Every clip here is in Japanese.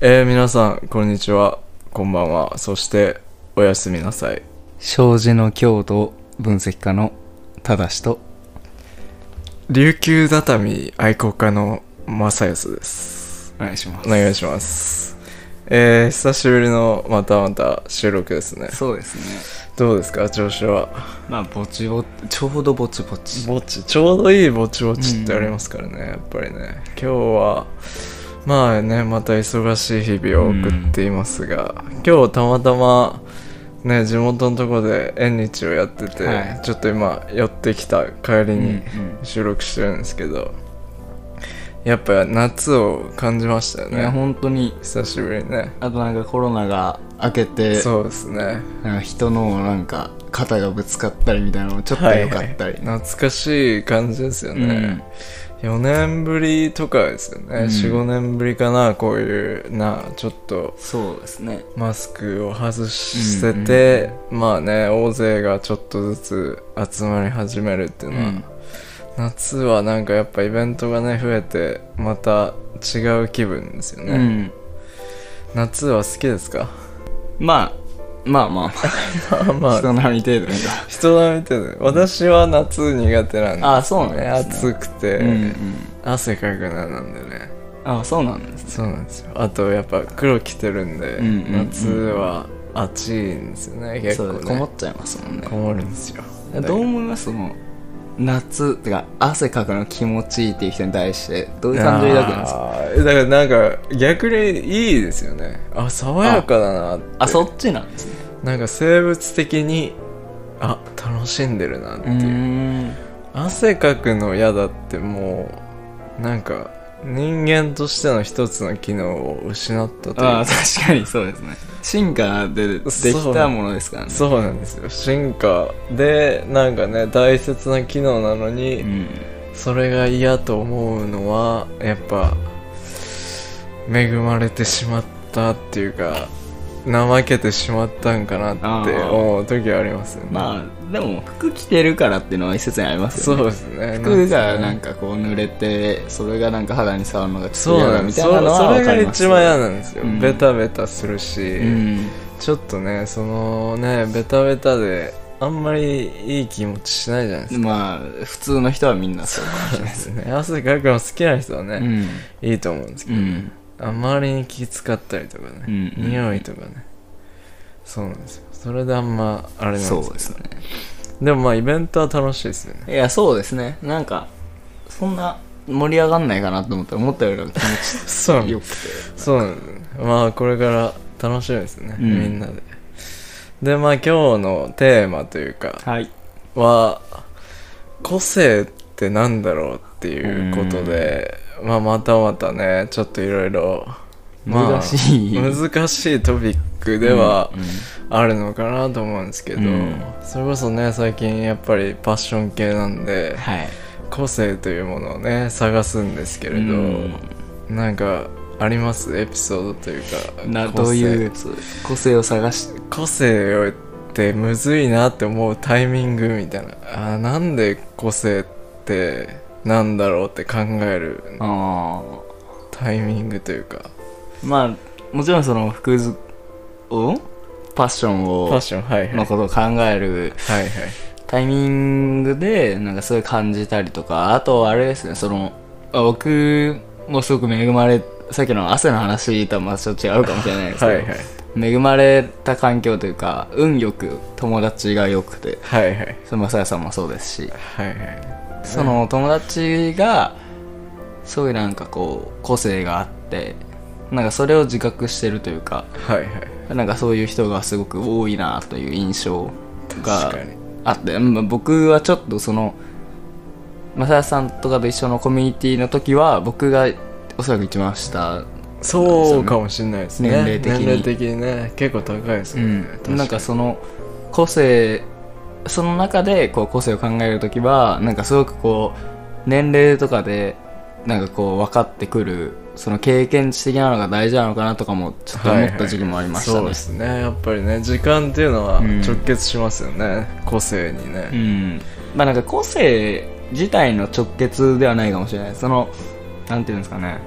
皆さんこんにちは、こんばんは、そしておやすみなさい。 障子の強度分析家の正しと琉球畳愛好家の正康です。 お願いします。 お願いします。久しぶりのまた収録ですね。 そうですね。 どうですか、調子は。 まあぼちぼち、ちょうどぼちぼちちょうどいいぼちぼちってありますからね、やっぱりね。今日はまあね、また忙しい日々を送っていますが、今日たまたまね、地元のところで縁日をやってて、はい、ちょっと今寄ってきた帰りに収録してるんですけど、やっぱ夏を感じましたよね。 いや本当に久しぶりにね。 あとなんかコロナが明けて、 そうですね、 なんか人のなんか肩がぶつかったりみたいなのもちょっと良かったり、 懐かしい感じですよね。4年ぶりとかですよね、4、5年ぶりかな、こういうちょっとそうですね、 マスクを外してて、まあね、大勢がちょっとずつ集まり始めるっていうのは、夏はなんかやっぱイベントがね増えてまた違う気分ですよね。夏は好きですか？まあ人並み程度ね。 人並み程度。私は夏苦手なんです、ね。 あ、そうなんですね。暑くて、汗かくななんでね。 あ、そうなんですね。 そうなんですよ。あとやっぱ黒着てるんで、夏は暑いんですよね、結構ね。 そう、こもっちゃいますもんね。 こもるんですよ。 どう思います？もう夏ってか汗かくの気持ちいいっていう人に対してどういう感情を抱くんですか？ だからなんか逆にいいですよね。あ、爽やかだなって。 あ、そっちなんですね。 なんか生物的に楽しんでるなっていう。汗かくの嫌だってもうなんか人間としての一つの機能を失ったというか。 確かにそうですね。進化でできたものですからね。 そうなんですよ。進化でなんかね大切な機能なのに、それが嫌と思うのはやっぱ恵まれてしまったっていうか、怠けてしまったんかなって思う時はありますよね。 まあでも服着てるからっていうのは一説にありますよね。 そうですね。 服がなんかこう濡れて、それがなんか肌に触るのがちょっと嫌だみたいなのはそれが一番嫌なんですよ。ベタベタするし、ちょっとね、そのねベタベタであんまりいい気持ちしないじゃないですか。 まあ普通の人はみんなそうかもしれないですね。 汗かくの好きな人はね、いいと思うんですけど、周りに気使ったりとかね、匂いとかね、そうなんですよ。それであんまあれなんですよ。 そうですね。 でもまあイベントは楽しいですよね。 いや、そうですね。なんかそんな盛り上がんないかなと思ったら思ったより気持ちよくてそうなんです。まあこれから楽しみですね、みんなで。でまあ今日のテーマというかは、個性ってなんだろうっていうことで、またねちょっといろいろ難しいトピックではあるのかなと思うんですけど、それこそね最近やっぱりパッション系なんで、個性というものをね探すんですけれど、なんかあります？エピソードというか、 どういう個性を探し、 個性をってむずいなって思うタイミングみたいな、なんで個性ってなんだろうって考えるタイミングというか。 まあもちろんその服をパッションのことを考えるタイミングでなんかそういう感じたりとか、あとあれですね、その僕もすごく恵まれ、さっきの汗の話とはまたちょっと違うかもしれないですけど、恵まれた環境というか運よく友達が良くて、その正也さんもそうですし、その友達がそういうなんかこう個性があって、なんかそれを自覚してるというか、なんかそういう人がすごく多いなという印象があって、僕はちょっとその正也さんとかと一緒のコミュニティの時は僕がおそらく一番下、 そうかもしれないですね。 年齢的にね結構高いですよね。 なんかその個性、その中でこう個性を考える時はなんかすごくこう年齢とかでなんかこう分かってくる、その経験値的なのが大事なのかなとかもちょっと思った時期もありましたね。 そうですね。やっぱりね時間っていうのは直結しますよね、個性にね。 まあなんか個性自体の直結ではないかもしれない。そのなんていうんですかね、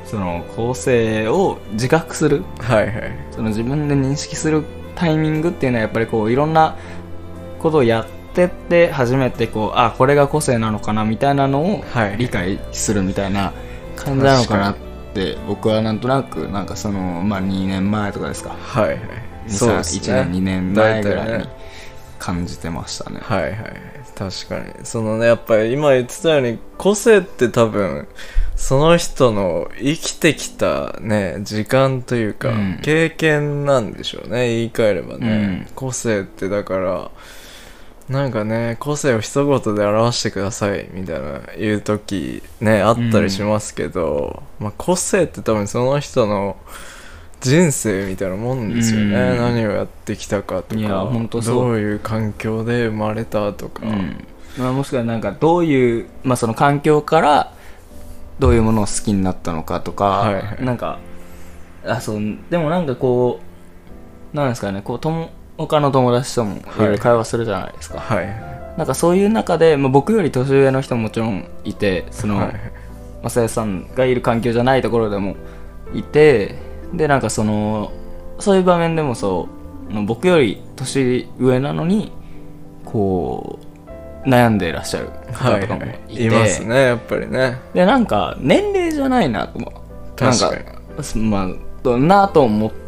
その個性を自覚する、 はいはい、 その自分で認識するタイミングっていうのはやっぱりこういろんなことをやってって初めてこうこれが個性なのかなみたいなのを理解するみたいな感じなのかなって僕はなんとなくなんかその2年前とかですか、 はいはい、 そうですね、1年2年前ぐらいに感じてましたね。 はいはい、確かにそのねやっぱり今言ってたように個性って多分その人の生きてきたね時間というか、経験なんでしょうね、言い換えればね、個性ってだからなんかね個性を一言で表してくださいみたいな言う時ねあったりしますけど、個性って多分その人の人生みたいなもんですよね、何をやってきたかとかどういう環境で生まれたとか、 もしくはなんかどういう、その環境からどういうものを好きになったのかとか、はいはい、なんかでもなんかこうなんですかね、こう他の友達ともいろいろ会話するじゃないですか、はいはい、なんかそういう中で、僕より年上の人ももちろんいて、その、まさやさんがいる環境じゃないところでもいて、でなんかそういう場面でも僕より年上なのにこう悩んでいらっしゃる方とかもいて、 いますねやっぱりね。 でなんか年齢じゃないなと思う、 確かになと思って、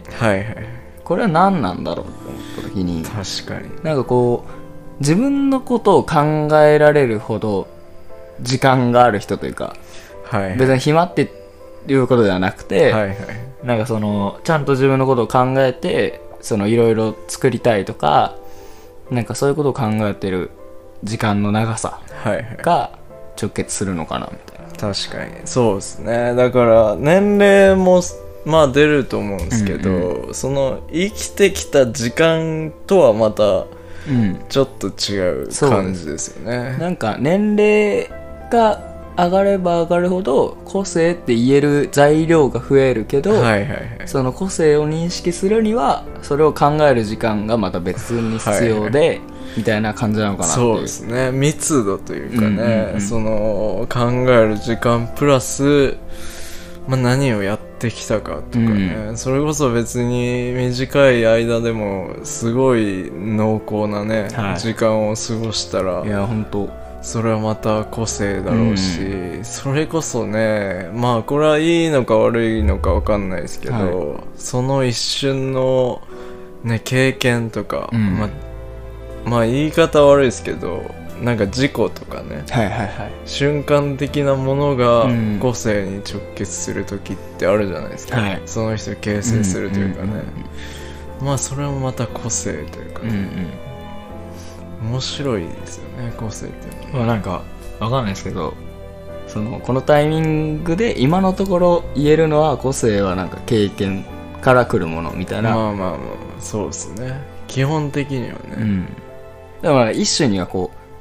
はいはい、 これは何なんだろうと思った時に、 確かになんかこう自分のことを考えられるほど時間がある人というか、はいはい、別に暇っていうことではなくて、はいはい、なんかちゃんと自分のことを考えていろいろ作りたいとか、なんかそういうことを考えてる時間の長さが直結するのかなみたいな、 確かにそうですね。だから年齢も出ると思うんですけど、その生きてきた時間とはまたちょっと違う感じですよね、 なんか年齢が上がれば上がるほど個性って言える材料が増えるけど、その個性を認識するにはそれを考える時間がまた別に必要で、みたいな感じなのかなっていう。 そうですね、密度というかね、その考える時間プラス、何をやってきたかとかね、それこそ別に短い間でもすごい濃厚なね、時間を過ごしたら、 いや本当それはまた個性だろうし、それこそね、これはいいのか悪いのか分かんないですけど、その一瞬の、ね、経験とか、言い方悪いですけどなんか事故とかね、瞬間的なものが個性に直結する時ってあるじゃないですか、その人を形成するというかね、それもまた個性というかね、面白いですよね個性っていうのは。 なんかわかんないですけど、このタイミングで今のところ言えるのは、個性はなんか経験から来るものみたいな。 そうですね、基本的にはね、 だから一種には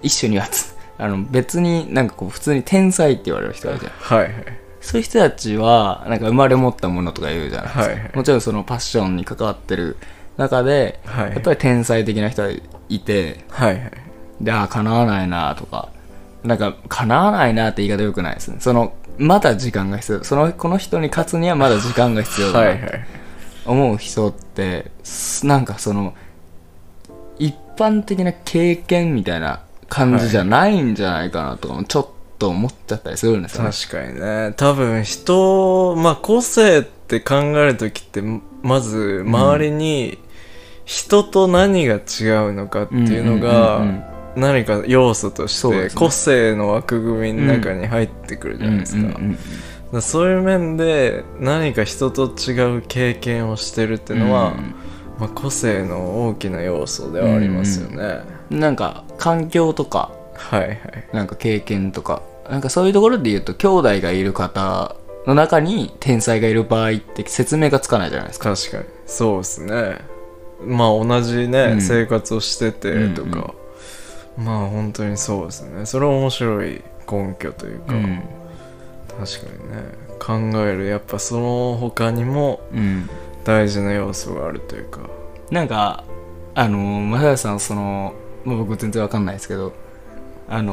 別になんかこう普通に天才って言われる人がいるじゃん、そういう人たちはなんか生まれ持ったものとか言うじゃないですか、もちろんそのパッションに関わってる中で、やっぱり天才的な人がいて、で叶わないなとか、なんか叶わないなって言い方良くないですね。まだ時間が必要、この人に勝つにはまだ時間が必要だなって思う人って、なんか一般的な経験みたいな感じじゃないんじゃないかなとかもちょっと思っちゃったりするんですよね。 確かにね、多分個性って考えるときってまず周りに人と何が違うのかっていうのが何か要素として個性の枠組みの中に入ってくるじゃないですか。そういう面で何か人と違う経験をしてるっていうのは、個性の大きな要素ではありますよね、 なんか環境とか、なんか経験とか、なんかそういうところで言うと、兄弟がいる方の中に天才がいる場合って説明がつかないじゃないですか。 確かにそうですね。同じね、生活をしててとか、本当にそうですね。それは面白い根拠というか、確かにね、考える、やっぱその他にも大事な要素があるというか、 なんか正也さん僕全然わかんないですけど、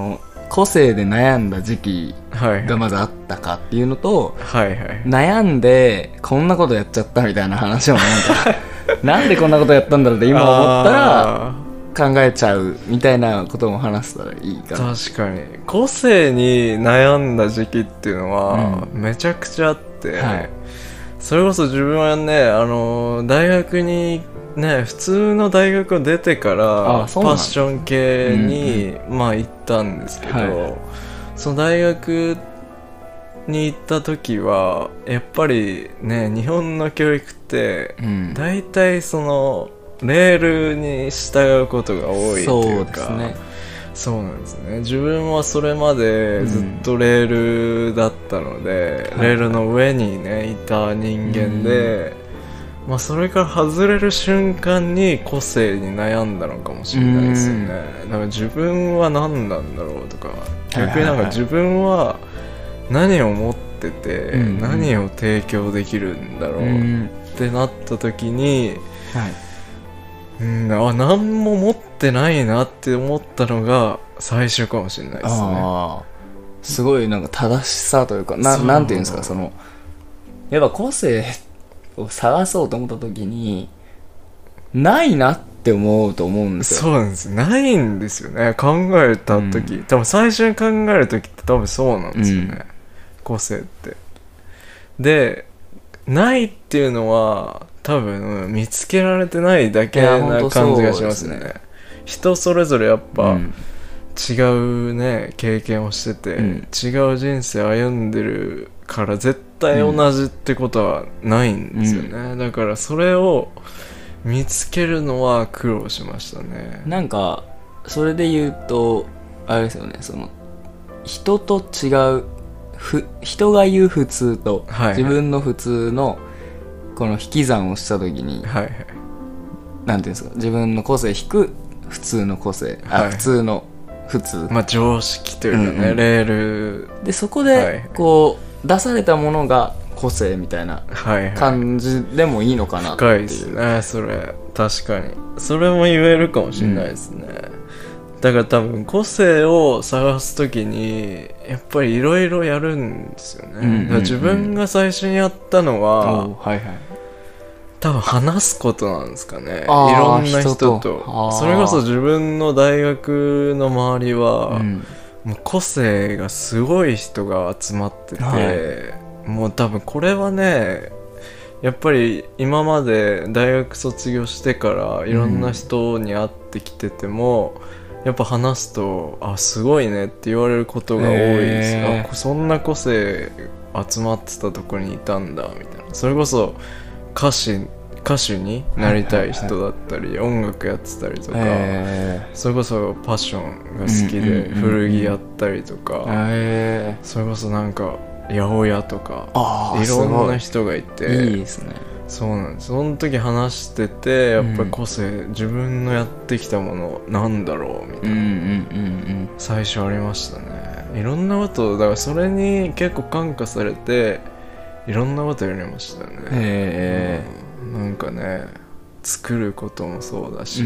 個性で悩んだ時期がまずあったかっていうのと、 はいはい、 悩んでこんなことやっちゃったみたいな話をなんかなんでこんなことやったんだろうって今思ったら考えちゃうみたいなことも話せたらいいかな。 確かに個性に悩んだ時期っていうのはめちゃくちゃあって、はい、それこそ自分はね大学にね普通の大学を出てからパッション系に、まあ行ったんですけど、はい、その大学に行った時はやっぱりね日本の教育って大体そのレールに従うことが多いというか、そうですね、そうなんですね。自分はそれまでずっとレールだったので、レールの上にねいた人間で、まあそれから外れる瞬間に個性に悩んだのかもしれないですよね。だから自分は何なんだろうとか、逆になんか自分は何を持ってて、何を提供できるんだろうってなった時に、何も持ってないなって思ったのが最初かもしれないですね。 すごいなんか正しさというか、なんていうんですか、そのやっぱ個性を探そうと思った時にないなって思うと思うんですよ。 そうなんです。ないんですよね。考えた時、多分最初に考える時って多分そうなんですよね、個性って。でないっていうのは多分見つけられてないだけな感じがしますね。人それぞれやっぱ違うね経験をしてて、違う人生歩んでるから絶対同じってことはないんですよね、だからそれを見つけるのは苦労しましたね。 なんかそれで言うとあれですよね、その人と違う人が言う普通と自分の普通のこの引き算をした時に、なんていうんですか、自分の個性引く普通の個性、普通の普通、 まあ常識というかね、レールでそこでこう出されたものが個性みたいな感じでもいいのかなっていう。 深いですねそれ。確かにそれも言えるかもしれないですね、だから多分個性を探すときにやっぱりいろいろやるんですよね、だから自分が最初にやったのは、多分話すことなんですかね。いろんな人とそれこそ自分の大学の周りは、もう個性がすごい人が集まってて、もう多分これはねやっぱり今まで大学卒業してからいろんな人に会ってきてても、やっぱ話すとすごいねって言われることが多いです。そんな個性集まってたところにいたんだみたいな。それこそ歌手になりたい人だったり、音楽やってたりとか、それこそパッションが好きで古着やったりとか、それこそなんか八百屋とかいろんな人がいて、 いいですね。 そうなんです。その時話しててやっぱり個性、自分のやってきたものなんだろうみたいな、最初ありましたね。いろんなことだからそれに結構感化されていろんなことやりましたね。なんかね作ることもそうだし、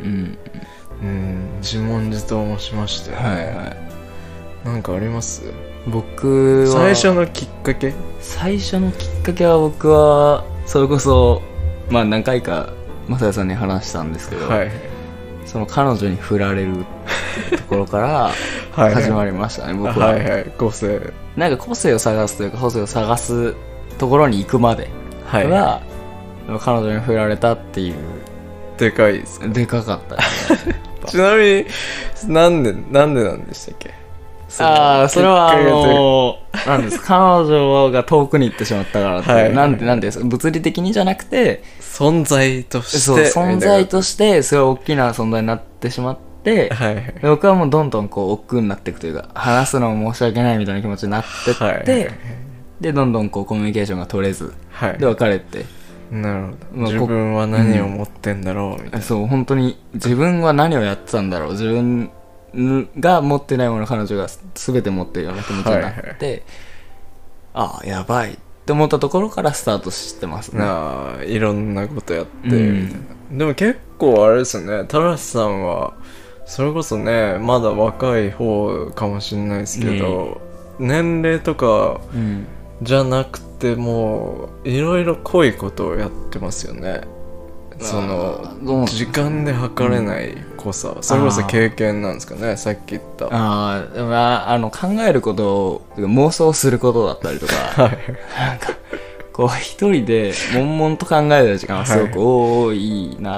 自問自答もしましたよね、なんかあります？ 僕は最初のきっかけは僕はそれこそまあ何回か雅也さんに話したんですけど、その彼女に振られるところから始まりましたね。僕は個性なんか個性を探すというか個性を探すところに行くまでは、彼女に振られたっていう。 でかいですか？ でかかったですねちなみになんでなんでしたっけ？ それはなんです彼女が遠くに行ってしまったからって、なんでですか、物理的にじゃなくて存在として存在としてすごい大きな存在になってしまって、僕はもうどんどんこう億劫になっていくというか、話すのも申し訳ないみたいな気持ちになってって、でどんどんこうコミュニケーションが取れず、で別れて、 なるほど、自分は何を持ってんだろうみたいな、 そう本当に自分は何をやってたんだろう、自分が持ってないもの彼女が全て持ってるような気持ちになって、やばいって思ったところからスタートしてますね。 いろんなことやってみたいな、でも結構あれですよね、田無さんはそれこそねまだ若い方かもしれないですけど、年齢とかじゃなくてもういろいろ濃いことをやってますよね。その時間で測れない濃さ、それこそ経験なんですかね、さっき言った。 考えることを妄想することだったりとか、はい、なんかこう一人で悶々と考えてる時間がすごく多いなって、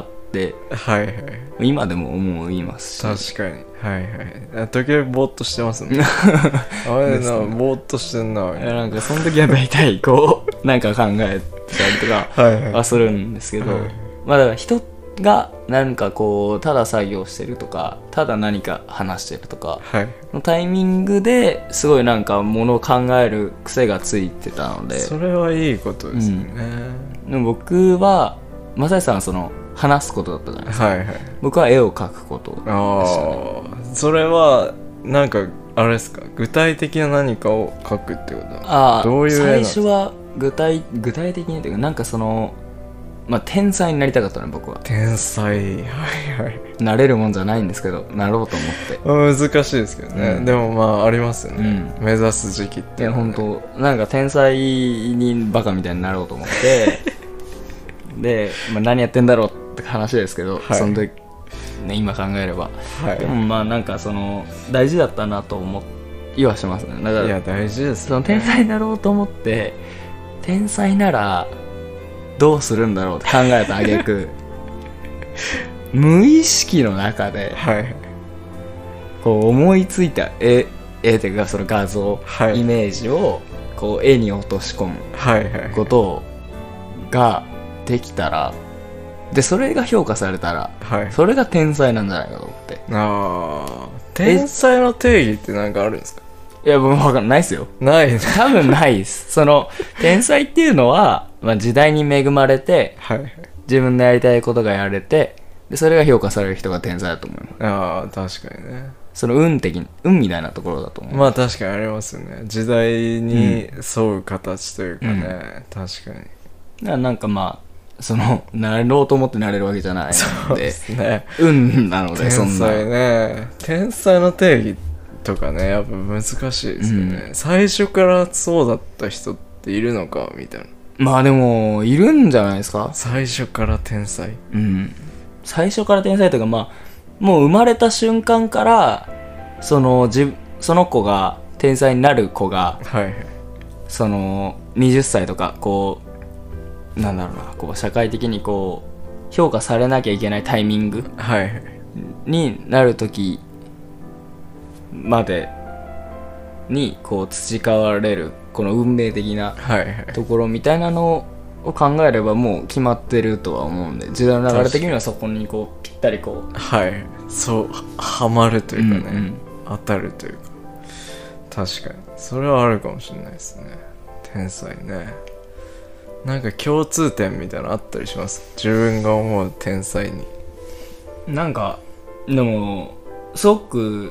はいはい、今でも思いますし。確かに、はいはい、時々ぼーっとしてますもんねあれな、ぼーっとしてんな。 なんかその時は大体こうなんか考えたりとかはするんですけど、はいはい、まあだから人がなんかこうただ作業してるとかただ何か話してるとかのタイミングですごいなんかものを考える癖がついてたので、 それはいいことですよね、 でも僕は正義さんはその話すことだったじゃないですか、はいはい、僕は絵を描くことでしたね。 それはなんかあれですか、具体的な何かを描くってことだ。どういう絵なんですか？ 最初は具体的にというかなんかその天才になりたかったね、僕は。 天才、はいはい。 なれるもんじゃないんですけど、なろうと思って。難しいですけどね。でもまあ、ありますよね。目指す時期って、 いや、本当なんか天才にバカみたいになろうと思って、で、何やってんだろうって話ですけど、その時、ね、今考えれば。でもなんか大事だったなと思いはしますね。だから、 いや、大事です、ね。 その天才になろうと思って、天才なら、どうするんだろうって考えた挙句無意識の中で、こう思いついた絵というかその画像、イメージをこう絵に落とし込むことができたら、でそれが評価されたら、それが天才なんじゃないかと思って。 天才の定義って何かあるんですか？ いや、僕分かんないですよ。 ないです。 多分ないです。その天才っていうのは、時代に恵まれて、自分のやりたいことがやれて、でそれが評価される人が天才だと思います。確かにね。 その運みたいなところだと思う。 まあ確かにありますよね。時代に沿う形というかね、確かに。 なんかなろうと思ってなれるわけじゃないので、そうですね。運なので、 そんな。天才ね。天才の定義とかね、やっぱ難しいですよね、最初からそうだった人っているのかみたいな。でもいるんじゃないですか。 最初から天才、 最初から天才というか、もう生まれた瞬間からその子が天才になる子が、その20歳とかこうなんだろうな、こう社会的にこう評価されなきゃいけないタイミングになるときまでにこう培われるこの運命的なところみたいなのを考えればもう決まってるとは思うんで、時代の流れ的にはそこにこうぴったりこうそうはまるというかね、当たるというか、確かにそれはあるかもしれないですね。天才ね。なんか共通点みたいなのあったりします？自分が思う天才に。 なんかでもすごく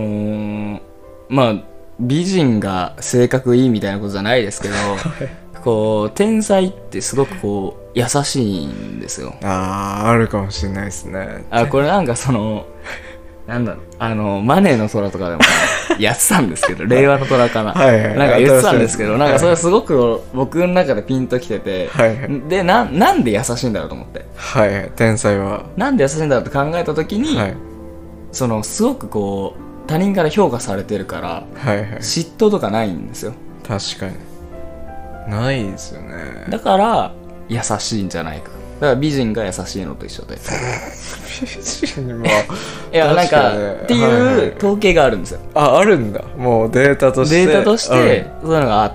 美人が性格いいみたいなことじゃないですけどこう天才ってすごくこう優しいんですよ。 あるかもしれないですね。 これなんかなんだマネーの空とかでもやってたんですけど令和の虎かななんか言ってたんですけど、なんかそれすごく僕の中でピンときてて、でなんで優しいんだろうと思って、 天才はなんで優しいんだろうって考えた時に、すごくこう他人から評価されてるから、嫉妬とかないんですよ。 確かにないですよね。 だから優しいんじゃないか。だから美人が優しいのと一緒で美人もいやなんかっていう統計があるんですよ。 あるんだ。もうデータとしてそういうのがあって、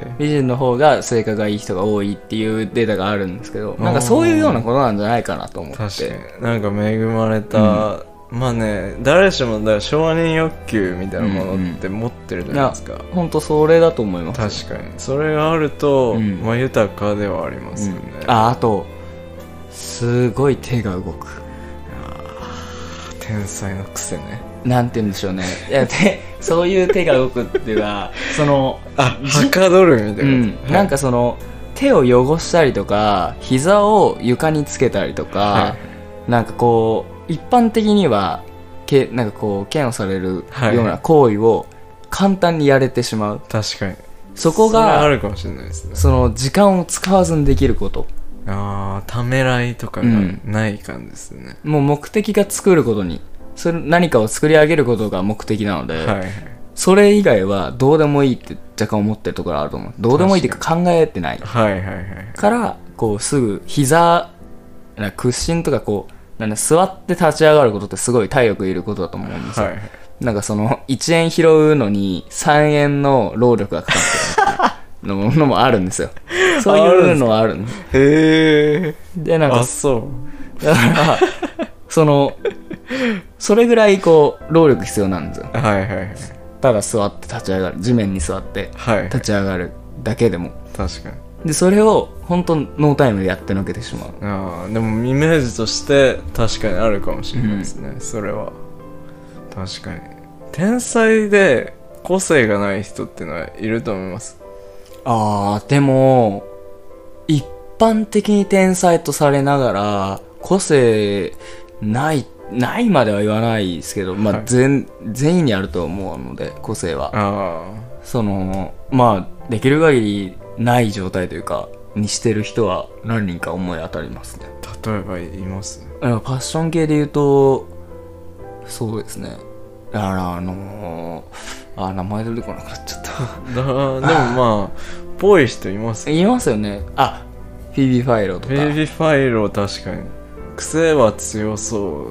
美人の方が性格がいい人が多いっていうデータがあるんですけど、なんかそういうようなことなんじゃないかなと思って。 確かになんか恵まれた、誰しも承認欲求みたいなものって持ってるじゃないですか。 本当それだと思います。 確かにそれがあると、豊かではありますよね。 あとすごい手が動く。 天才の癖ね。 なんて言うんでしょうね。いやそういう手が動くっていうかはかどるみたいな、 なんか手を汚したりとか膝を床につけたりとか、なんかこう一般的にはなんかこう嫌悪されるような行為を簡単にやれてしまう。 確かにそこがそれあるかもしれないですね。 その時間を使わずにできること。 ためらいとかがない感じですね、 もう目的が作ることに何かを作り上げることが目的なので、はいはい、それ以外はどうでもいいって若干思ってるところあると思う。どうでもいいっていうか考えてない、 はいはいはい、 からこうすぐ屈伸とかこう座って立ち上がることってすごい体力いることだと思うんですよ、はいはい、なんかその1円拾うのに3円の労力がかかってるのもあるんですよ。そういうのはあるんです。 へえ。 でなんかそうだからそれぐらいこう労力必要なんですよ。 はいはいはい。 ただ座って立ち上がる、地面に座って立ち上がるだけでも、 確かに。 でそれを本当ノータイムでやってのけてしまう。 でもイメージとして確かにあるかもしれないですね、それは。確かに天才で個性がない人っていうのはいると思います。 でも一般的に天才とされながら個性ないまでは言わないですけど、まあ、はい、全員にあると思うので、個性はできる限りない状態というかにしてる人は何人か思い当たりますね。 例えばいます？ パッション系で言うとそうですね、名前出てこなくなっちゃったでもまあぽい人いますよね。フィービー・ファイローとか。 フィービー・ファイロー確かに癖は強そう、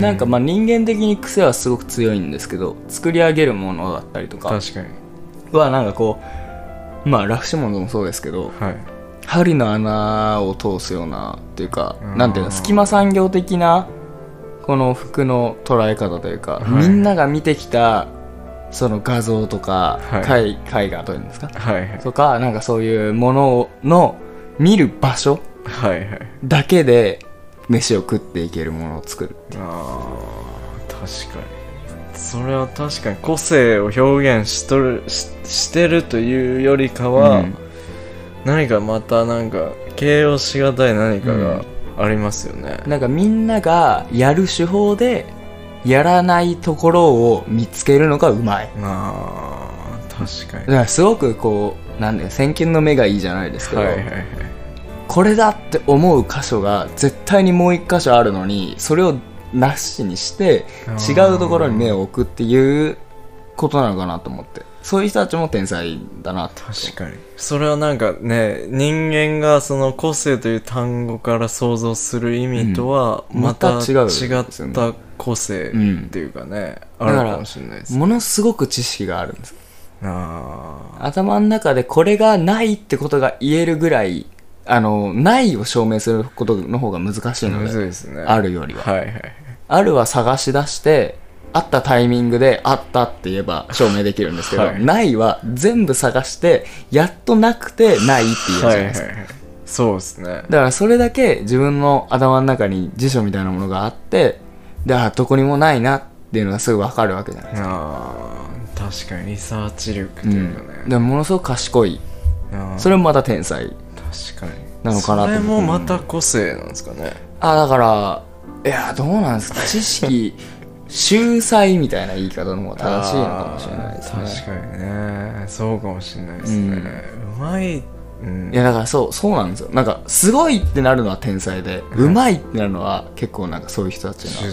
なんかまあ人間的に癖はすごく強いんですけど、作り上げるものだったりとか確かにはなんかこうラフシモンドもそうですけど、はい、針の穴を通すようなっていうか、なんていうの、隙間産業的なこの服の捉え方というか、みんなが見てきたその画像とか、絵画というんですか、とかなんかそういうものの見る場所だけで飯を食っていけるものを作るっていう。 確かにそれは確かに個性を表現してるというよりかは、何かまたなんか形容しがたい何かがありますよね、 なんかみんながやる手法でやらないところを見つけるのがうまい。 確かに。 だからすごくこう先見の目がいいじゃないですけど、これだって思う箇所が絶対にもう一箇所あるのに、それをなしにして違うところに目を置くっていうことなのかなと思って、そういう人たちも天才だなって。 確かにそれはなんかね、人間がその個性という単語から想像する意味とはまた違った個性っていうかね、あるかもしれないです、 ものすごく知識があるんです。頭の中でこれがないってことが言えるぐらい、ないを証明することの方が難しいので、あるよりは、あるは探し出してあったタイミングであったって言えば証明できるんですけど、ないは全部探してやっとなくてないって言うじゃないですか。 そうですね。 だからそれだけ自分の頭の中に辞書みたいなものがあって、でどこにもないなっていうのがすぐ分かるわけじゃないですか。 確かにリサーチ力というかね、 でもものすごく賢い、それもままた天才確かになのかなと。 それもまた個性なんですかね。 だからどうなんですか、知識秀才みたいな言い方の方が正しいのかもしれないですね。 確かにね、そうかもしれないですね、うまい、いやだからそうなんですよ。なんかすごいってなるのは天才で、うまいってなるのは結構なんかそういう人たちの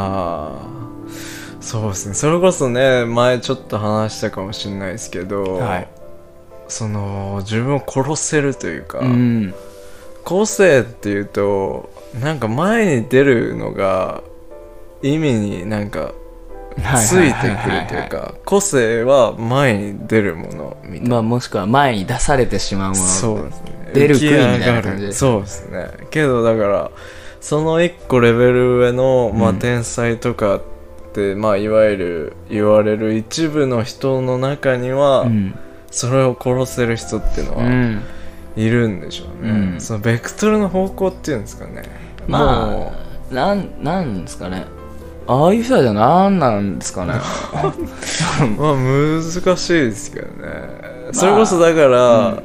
そうですね。それこそね、前ちょっと話したかもしれないですけど、その自分を殺せるというか、個性っていうとなんか前に出るのが意味になんかついてくるというか、個性は前に出るものみたいな、 もしくは前に出されてしまうもの、 そうですね、 出る杭みたいな感じで。 そうですね。けどだからその一個レベル上の、天才とかっていわゆる言われる一部の人の中には、それを殺せる人っていうのはいるんでしょうね、そのベクトルの方向っていうんですかね。 なんですかね、ああいう人はじゃ何なんですかね難しいですけどね、それこそだから、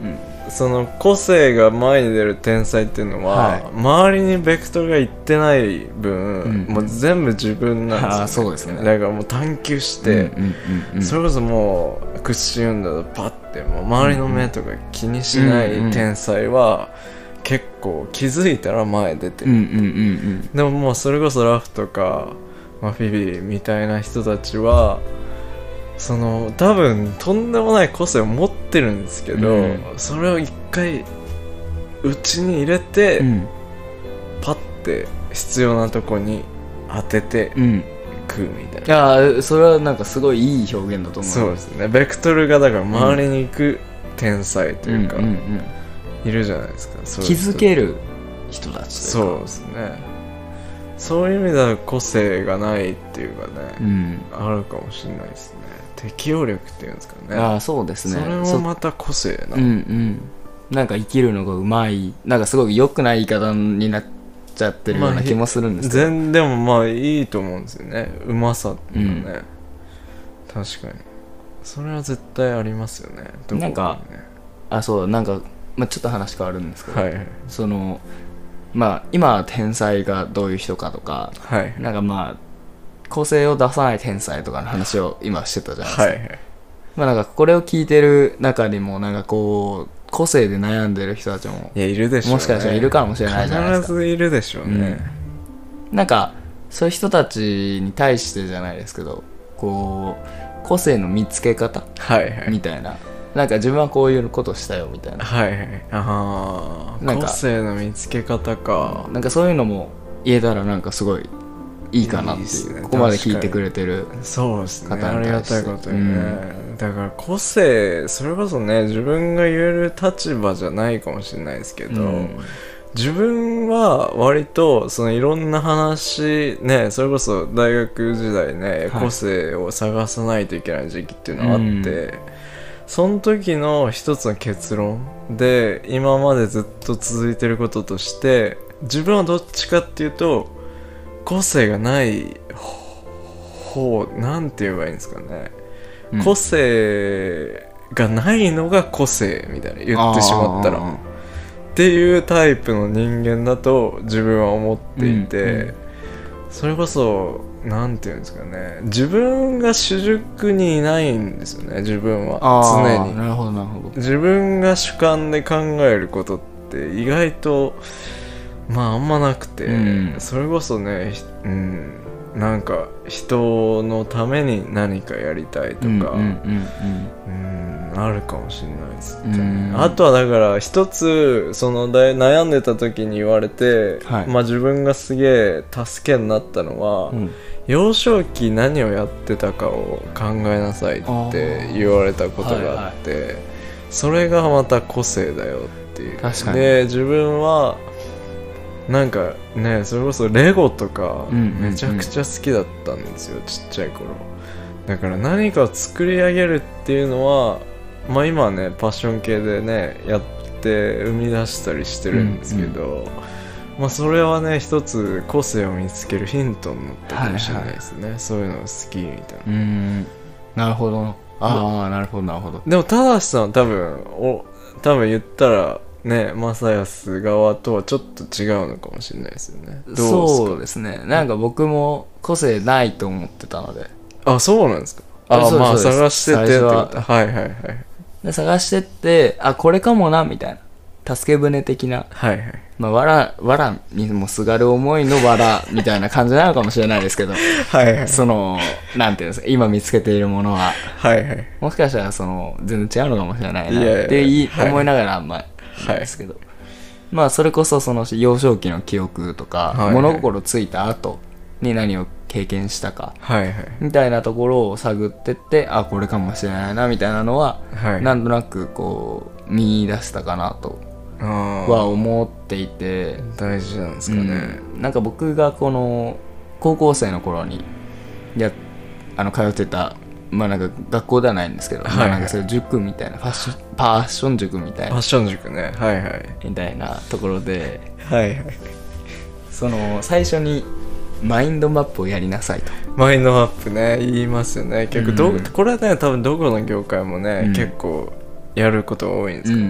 その個性が前に出る天才っていうのは、はい、周りにベクトルがいってない分、もう全部自分なんですよ、ね、 そうですね。 だからもう探求して、それこそもう屈指運動でパッてもう周りの目とか気にしない天才は、結構気づいたら前出てる、でももうそれこそラフとか、フィビーみたいな人たちはその多分とんでもない個性を持ってるんですけど、それを一回内に入れて、パッて必要なとこに当てて食うみたいな、 いやそれはなんかすごいいい表現だと思う。 そうですね。ベクトルがだから周りに行く天才というか、いるじゃないですか。そう気づける人たち。 そうですね。そういう意味では個性がないっていうかね、あるかもしれないですね。適応力っていうんですかね。 そうですね。 それもまた個性な。 なんか生きるのがうまい、なんかすごく良くない言い方になっちゃってるような気もするんですけど、 でもまあいいと思うんですよね。うまさっていうかね、確かにそれは絶対ありますよね。どこかね。なんかそうなんか、ちょっと話変わるんですけど、その今天才がどういう人かとか、なんか個性を出さない天才とかの話を今してたじゃないですか。なんかこれを聞いてる中にもなんかこう個性で悩んでる人たちもいるでしょうね。 もしかしたらいるかもしれないじゃないですか。 必ずいるでしょうね。 なんかそういう人たちに対してじゃないですけど、こう個性の見つけ方みたいな、なんか自分はこういうことしたよみたいな、 なんか個性の見つけ方か、 なんかそういうのも言えたらなんかすごいいいかなっていう、ここまで聞いてくれてる方に対して。 そうですね、ありがたいことにね、だから個性、それこそね、自分が言える立場じゃないかもしれないですけど、自分は割とそのいろんな話ね、それこそ大学時代ね、個性を探さないといけない時期っていうのがあって、その時の一つの結論で今までずっと続いてることとして、自分はどっちかっていうと個性がない方、なんて言えばいいんですかね、個性がないのが個性みたいな言ってしまったらっていうタイプの人間だと自分は思っていて、それこそなんていうんですかね、自分が主軸にいないんですよね。自分は常に。 なるほどなるほど。 自分が主観で考えることって意外とあんまなくて、それこそね、なんか人のために何かやりたいとか、あるかもしれないですね。あとはだから一つその悩んでた時に言われて、自分がすげえ助けになったのは、幼少期何をやってたかを考えなさいって言われたことがあって、それがまた個性だよっていう。 確かに。 で自分はなんかね、それこそレゴとかめちゃくちゃ好きだったんですよ、ちっちゃい頃。だから何かを作り上げるっていうのは、今はねパッション系でねやって生み出したりしてるんですけど、それはね一つ個性を見つけるヒントになったかもしれないですね、そういうのが好きみたいな。 なるほど。なるほどなるほど。 でも正さんは多分言ったらね、正康側とはちょっと違うのかもしれないですよね。どうですか？ そうですね。なんか僕も個性ないと思ってたので。 そうなんですか。探しててってこと。 で探してって、これかもなみたいな、助け舟的な、わらにもすがる思いのわらみたいな感じなのかもしれないですけど、そのなんていうんですか、今見つけているものは、もしかしたらその全然違うのかもしれないなって思いながらですけど、それこそその幼少期の記憶とか、物心ついた後に何を経験したか、みたいなところを探ってって、これかもしれないなみたいなのは、なんとなくこう見出したかなとは思っていて。 大事なんですかね。 なんか僕がこの高校生の頃に通ってた、なんか学校ではないんですけど、なんかそういう塾みたいなパッション塾みたいな、 パッション塾ね、 みたいなところで、その最初にマインドマップをやりなさいと。 マインドマップね、言いますよね。結構これはね多分どこの業界もね、結構やることが多いんですけどね。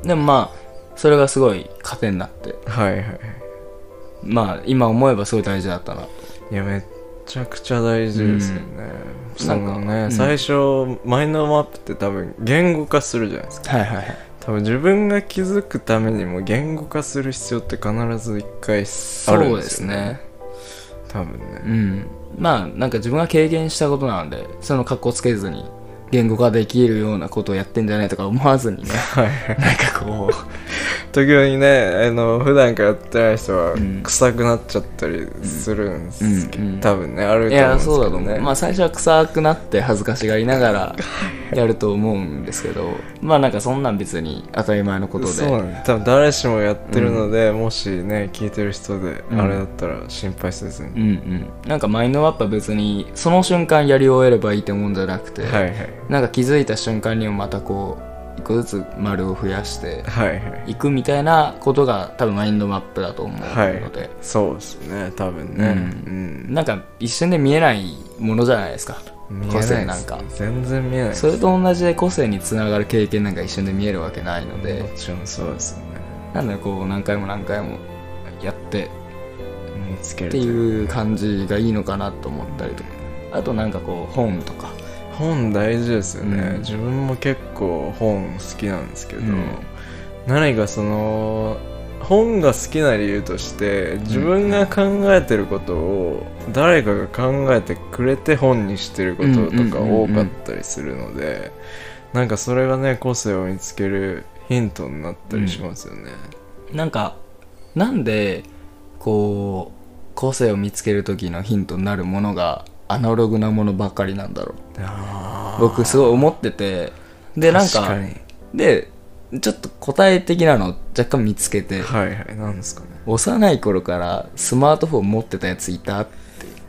でもまあそれがすごい糧になって、 はいはい、 まあ今思えばすごい大事だったなと。 いやめっちゃくちゃ大事ですよね、なんかね、最初マインドマップって多分言語化するじゃないですか。 はいはいはい。 多分自分が気づくためにも言語化する必要って必ず一回あるんですよね。そうですね、多分ね。 まあなんか自分が経験したことなので、その格好つけずに言語化できるようなことをやってんじゃないとか思わずにねなんかこう時々ね、普段からやってない人は臭くなっちゃったりするんですけど、多分ねあると思うんですけどね。いやそうだと思う。 まあ最初は臭くなって恥ずかしがりながらやると思うんですけどまあなんかそんなん別に当たり前のことで、 そうなんです。多分誰しもやってるので、もしね聞いてる人であれだったら心配せずに、 なんかマインドマップは別にその瞬間やり終えればいいってもんじゃなくて、はいはい、なんか気づいた瞬間にもまたこう一個ずつ丸を増やしていくみたいなことが多分マインドマップだと思うので、はい、 そうですね多分ね、 なんか一瞬で見えないものじゃないですか、個性なんか全然見えない。 それと同じで個性につながる経験なんか一瞬で見えるわけないので、 もちろんそうですよね。 なんでこう何回も何回もやって見つけるっていう感じがいいのかなと思ったりとか、あとなんかこう本とか本大事ですよね、自分も結構本好きなんですけど、何かその本が好きな理由として自分が考えてることを誰かが考えてくれて本にしてることとか多かったりするので、なんかそれがね個性を見つけるヒントになったりしますよね、 なんでこう個性を見つける時のヒントになるものがアナログなものばっかりなんだろう、僕すごい思ってて、でなんかでちょっと答え的なのを若干見つけて、 はいはい、なんですかね。 幼い頃からスマートフォン持ってたやついたって。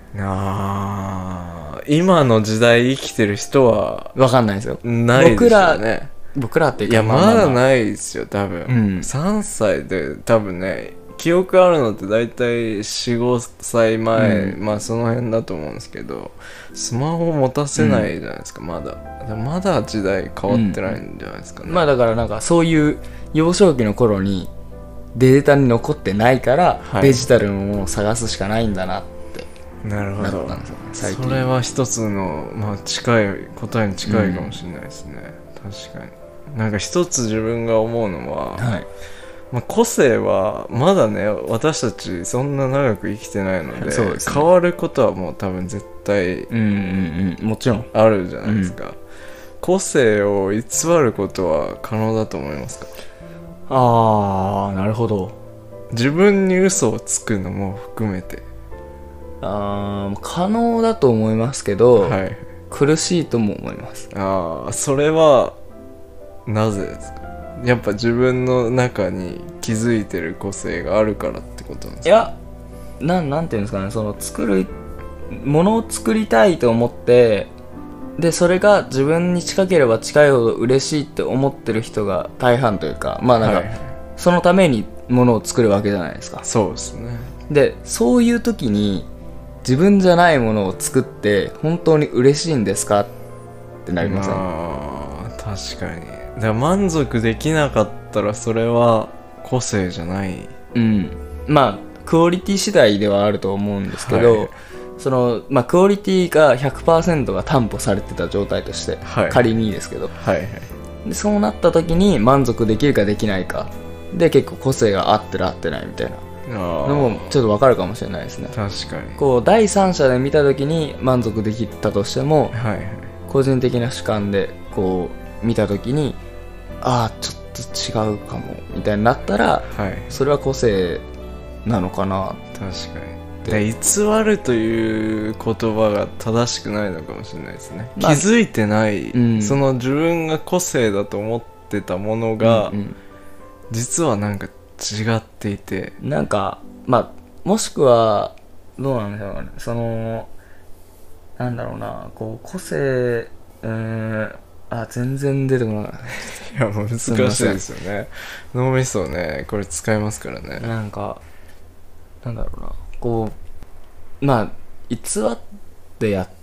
今の時代生きてる人は分かんないですよ。 ないですよね。 僕らっていうか、 いやまだないですよ多分、3歳で多分ね記憶あるのって大体 4,5 歳前、まあその辺だと思うんですけど、スマホ持たせないじゃないですか、まだ時代変わってないんじゃないですかね、 まあだからなんかそういう幼少期の頃にデータに残ってないから、デジタルのものを探すしかないんだなってなるほど、 なったんですよね、最近。 それは一つの、まあ、近い答えに近いかもしれないですね、確かに。なんか一つ自分が思うのは、まあ、個性はまだね私たちそんな長く生きてないの で、変わることはもう多分絶対もちろんあるじゃないですか、個性を偽ることは可能だと思いますか？ なるほど。 自分に嘘をつくのも含めて可能だと思いますけど、苦しいとも思います。 それはなぜですか？やっぱ自分の中に気づいてる個性があるからってことなんですか？ いや、なんていうんですかね、そのものを作りたいと思って、でそれが自分に近ければ近いほど嬉しいって思ってる人が大半というか、まあなんか、そのためにものを作るわけじゃないですか。 そうですね。 でそういう時に自分じゃないものを作って本当に嬉しいんですかってなりません？ 確かに。だから満足できなかったらそれは個性じゃない。 まあクオリティ次第ではあると思うんですけど、そのまあクオリティが 100% が担保されてた状態として、仮にですけど、でそうなった時に満足できるかできないかで結構個性が合ってる合ってないみたいなのもちょっと分かるかもしれないですね。 確かに。 こう第三者で見た時に満足できたとしても、個人的な主観でこう見た時にちょっと違うかもみたいになったら、それは個性なのかな。 確かに。偽るという言葉が正しくないのかもしれないですね、気づいてない、その自分が個性だと思ってたものが、実はなんか違っていて、 なんかまあもしくはどうなんでしょうかね、そのなんだろうな、こう個性全然出てこない。 いやもう難しいですよね。脳みそねこれ使いますからね。 なんかなんだろうな、こうまあ偽ってやっ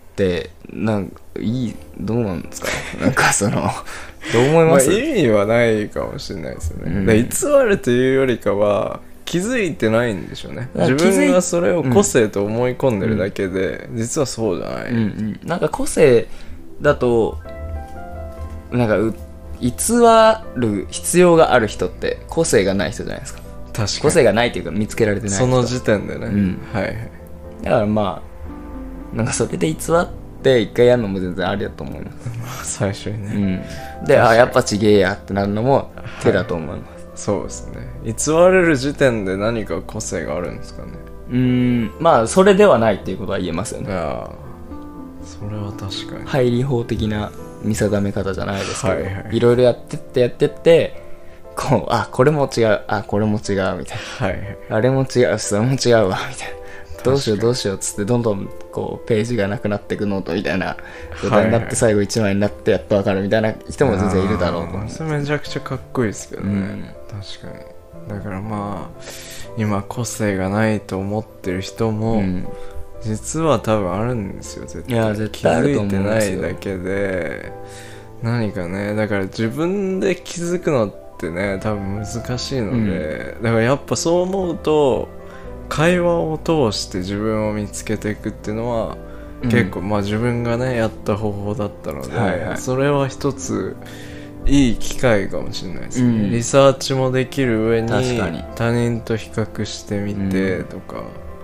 ってどうなんですかなんかどう思います？ 意味はないかもしれないですよね、偽るというよりかは気づいてないんでしょうね。自分がそれを個性と思い込んでるだけで、実はそうじゃない、 なんか個性だとなんか偽る必要がある人って個性がない人じゃないですか。 確かに個性がないというか見つけられてない人、 その時点でね、はいはい。 だからまあなんかそれで偽って一回やるのも全然ありだと思います最初にね、 でやっぱちげえやってなるのも手だと思います、 そうですね。偽れる時点で何か個性があるんですかね。 まあそれではないっていうことは言えますよね。 それは確かに配理法的な見定め方じゃないですけど、いろいろやってってこれも違う、これも違うみたいな、あれも違う、それも違うわみたいな、どうしようっつってどんどんこうページがなくなっていくノートみたいな状態になって最後1枚になってやっと分かるみたいな人も全然いるだろうと思う。 それめちゃくちゃかっこいいですけどね、確かに。だからまあ今個性がないと思ってる人も、実は多分あるんですよ絶対。 いや絶対あると思うんですよ。 気づいてないだけで何かね、だから自分で気づくのってね多分難しいので、だからやっぱそう思うと会話を通して自分を見つけていくっていうのは、結構まあ自分がねやった方法だったので、それは一ついい機会かもしれないですね、リサーチもできる上に他人と比較してみてとか、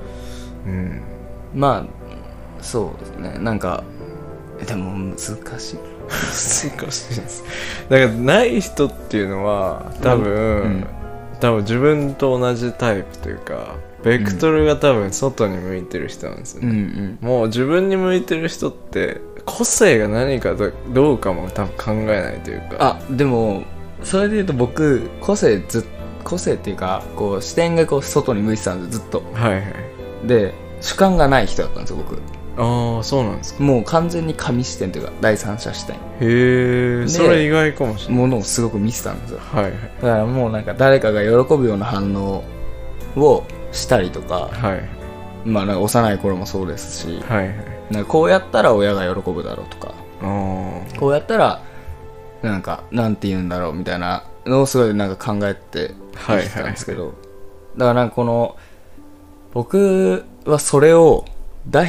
まあそうですね。なんかでも難しい難しいですだからない人っていうのは多分自分と同じタイプというかベクトルが多分外に向いてる人なんですよね、もう自分に向いてる人って個性が何かどうかも多分考えないというか。 でもそれで言うと僕個性っていうかこう視点がこう外に向いてたんですずっと。で主観がない人だったんですよ僕。 そうなんですか。 もう完全に神視点というか第三者視点。 へえ、それ意外かもしれない。 ものをすごく見てたんですよ。だからもうなんか誰かが喜ぶような反応をしたりとか、まあなんか幼い頃もそうですし、なんかこうやったら親が喜ぶだろうとか、こうやったらなんかなんて言うんだろうみたいなのをすごいなんか考えて生きてたんですけど、だからなんかこの僕はそれを第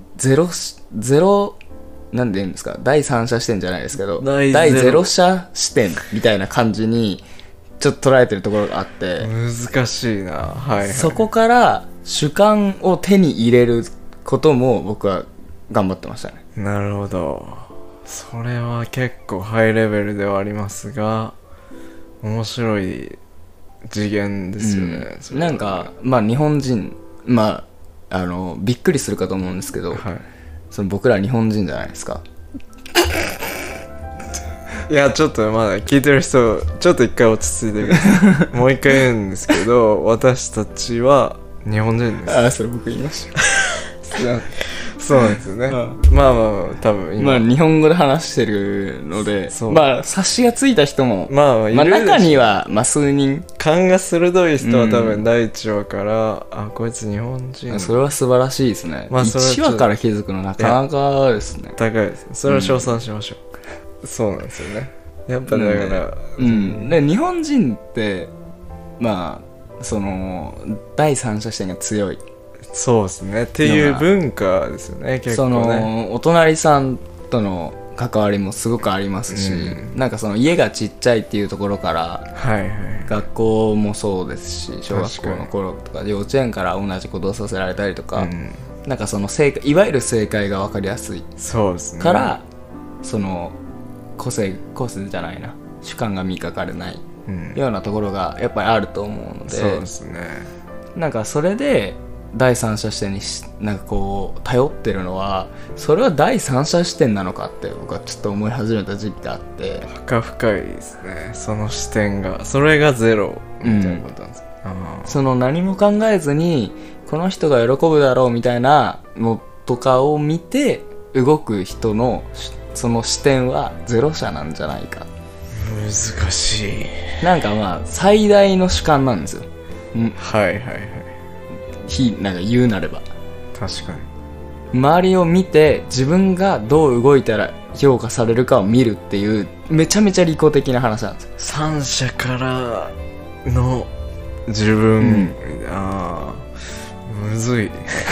なんで言うんですか、第三者視点じゃないですけど第ゼロ者視点みたいな感じにちょっと捉えてるところがあって、 難しいな。 そこから主観を手に入れることも僕は頑張ってましたね。 なるほど。それは結構ハイレベルではありますが面白い次元ですよね、 なんかまあ日本人びっくりするかと思うんですけど、その僕ら日本人じゃないですか。 いやちょっとまだ聞いてる人ちょっと一回落ち着いてくださいもう一回言うんですけど私たちは日本人です。 それ僕言いましたそうなんですよね、まあ多分今日本語で話してるので、まあ察しがついた人も中には数人、 勘が鋭い人は多分第1話から、こいつ日本人。 それは素晴らしいですね。1話から気づくのなかなかですね。 高いです。それは称賛しましょう、そうなんですよね。やっぱだからで日本人ってまあその第三者視点が強い、 そうですねっていう文化ですよね。結構ね、そのお隣さんとの関わりもすごくありますし、なんかその家がちっちゃいっていうところから、学校もそうですし小学校の頃とか幼稚園から同じことをさせられたりとか、なんかそのいわゆる正解が分かりやすいから、その個性じゃないな、主観が見かかれないようなところがやっぱりあると思うので、 そうですね。 なんかそれで第三者視点になんかこう頼ってるのは、それは第三者視点なのかって僕はちょっと思い始めた時期があって、 深いですね。その視点が、それがゼロみたいなことなんですか、 その何も考えずにこの人が喜ぶだろうみたいなのとかを見て動く人のその視点はゼロ者なんじゃないか。 難しい。 なんかまあ最大の主観なんですよ。 なんか言うなれば確かに。 周りを見て自分がどう動いたら評価されるかを見るっていうめちゃめちゃ利己的な話なんですよ。 三者からの自分、むずい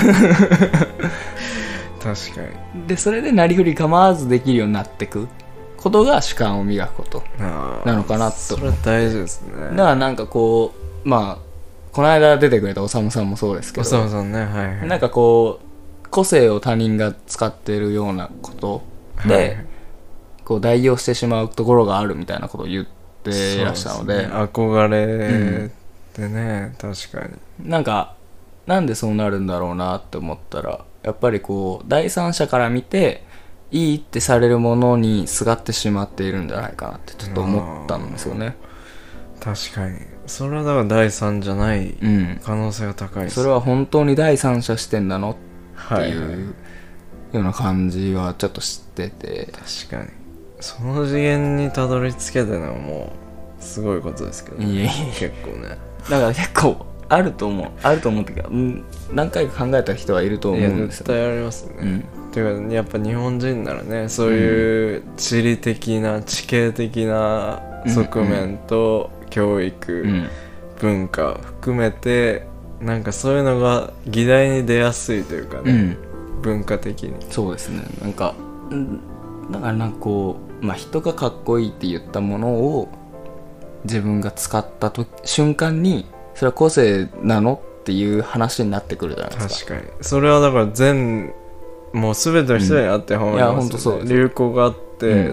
確かに。 でそれでなりふり構わずできるようになっていくことが主観を磨くことなのかなと。 それは大事ですね。 だからなんかこうこの間出てくれたおさむさんもそうですけど、 おさむさんね、はいはい、 なんかこう個性を他人が使ってるようなことで、はい、こう代用してしまうところがあるみたいなことを言っていらしたの で、 憧れってね、確かになんでそうなるんだろうなって思ったら、やっぱりこう第三者から見ていいってされるものにすがってしまっているんじゃないかなってちょっと思ったんですよね。 確かにそれはだから第三じゃない可能性が高いです、 それは本当に第三者視点なのっていうような感じはちょっと知ってて、 確かにその次元にたどり着けたのはもうすごいことですけど、ね、結構ね、 だから結構あると思うけど、何回か考えた人はいると思うんですよ、 絶対ありますね、っていうかやっぱ日本人ならね、そういう地理的な地形的な側面と教育、文化含めてなんかそういうのが議題に出やすいというかね、文化的に。 そうですね。だからこう、人がかっこいいって言ったものを自分が使った瞬間にそれは個性なのっていう話になってくるじゃないですか。確かにそれはだからもう全ての人にあってはまりますよね、流行があって、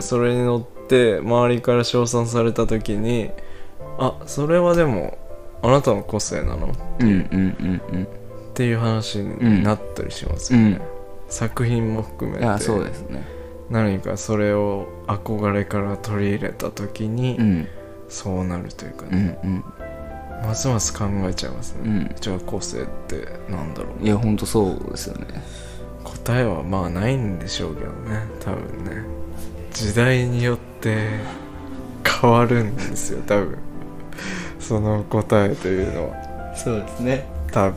それに乗って周りから称賛された時に、それはでもあなたの個性なのっていう話になったりしますよね、作品も含めて。 そうですね。 何かそれを憧れから取り入れた時に、そうなるというかね、ますます考えちゃいますね、じゃあ個性ってなんだろう。 いやほんとそうですよね。 答えはないんでしょうけどね、多分ね、時代によって変わるんですよ多分その答えというのは。 そうですね、 多分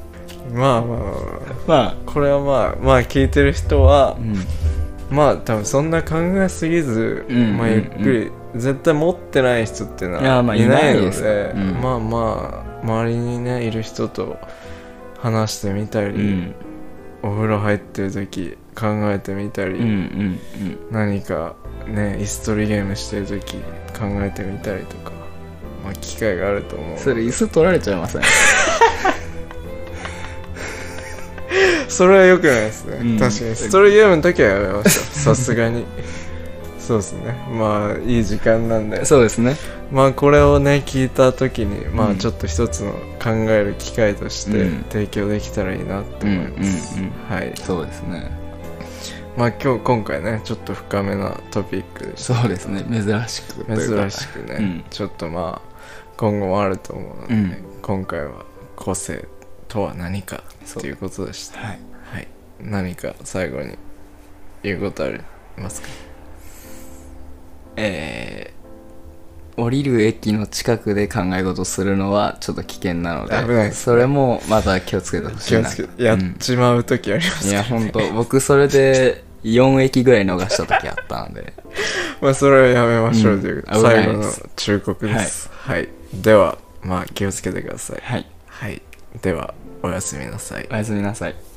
これは聞いてる人は、多分そんな考えすぎず、ゆっくり、絶対持ってない人っていうのはいないので、周りにねいる人と話してみたり、お風呂入ってる時考えてみたり、何かね椅子取りゲームしてる時考えてみたりとか、機会があると思う。 それ椅子取られちゃいませんそれは良くないですね、確かにストーリーゲームの時はやめましょうさすがにそうですね。いい時間なんで、 そうですね。 これをね聞いた時にちょっと一つの考える機会として提供できたらいいなって思います。はい、 そうですね。 今回ねちょっと深めなトピックでした。 そうですね、珍しくね、ちょっと今後もあると思うので、今回は個性とは何かということでした。はい、何か最後に言うことありますか？ 降りる駅の近くで考え事するのはちょっと危険なので、 危ないですね、 それもまた気をつけてほしいな。 やっちまう時あります、 いや本当僕それで4駅ぐらい逃した時あったのでそれはやめましょうという、最後の忠告です。はい、では気をつけてください。はい、ではおやすみなさい。 おやすみなさい。